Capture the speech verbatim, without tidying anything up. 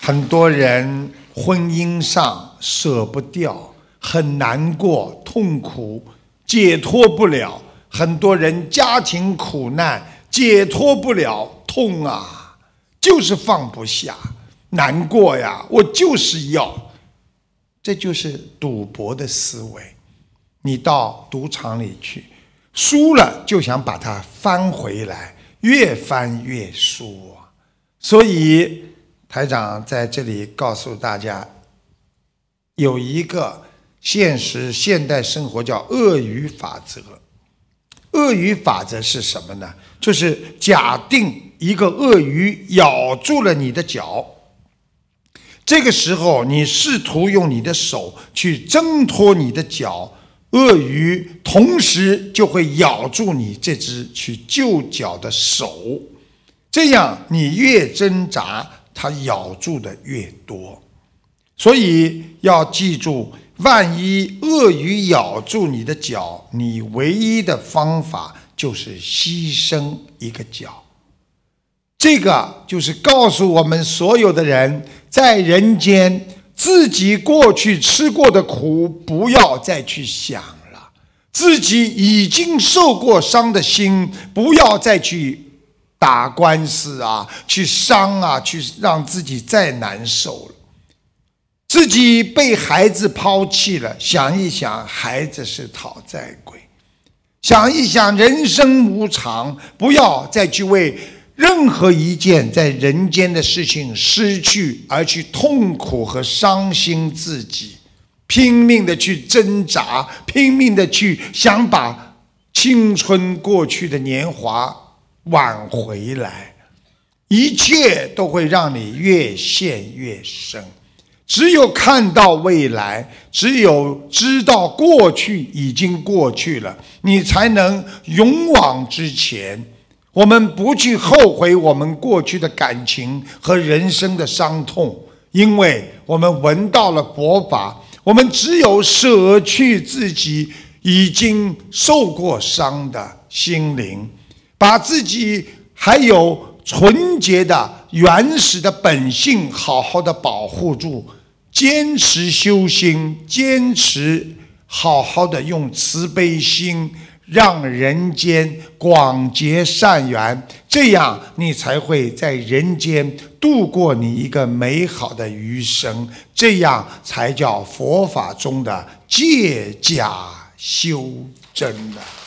很多人婚姻上舍不掉，很难过、痛苦，解脱不了；很多人家庭苦难，解脱不了，痛啊，就是放不下，难过呀，我就是要。这就是赌博的思维。你到赌场里去，输了就想把它翻回来，越翻越输啊。所以台长在这里告诉大家，有一个现实现代生活叫鳄鱼法则。鳄鱼法则是什么呢？就是假定一个鳄鱼咬住了你的脚，这个时候你试图用你的手去挣脱你的脚，鳄鱼同时就会咬住你这只去救脚的手，这样你越挣扎，它咬住的越多。所以要记住，万一鳄鱼咬住你的脚，你唯一的方法就是牺牲一个脚。这个就是告诉我们所有的人，在人间自己过去吃过的苦不要再去想了，自己已经受过伤的心不要再去打官司啊，去伤啊，去让自己再难受了。自己被孩子抛弃了，想一想，孩子是讨债鬼。想一想，人生无常，不要再去为任何一件在人间的事情失去而去痛苦和伤心自己，拼命的去挣扎，拼命的去想把青春过去的年华挽回来，一切都会让你越陷越深。只有看到未来，只有知道过去已经过去了，你才能勇往直前。我们不去后悔我们过去的感情和人生的伤痛，因为我们闻到了佛法，我们只有舍去自己已经受过伤的心灵，把自己还有纯洁的原始的本性好好的保护住，坚持修心，坚持好好的用慈悲心让人间广结善缘，这样你才会在人间度过你一个美好的余生，这样才叫佛法中的借假修真的。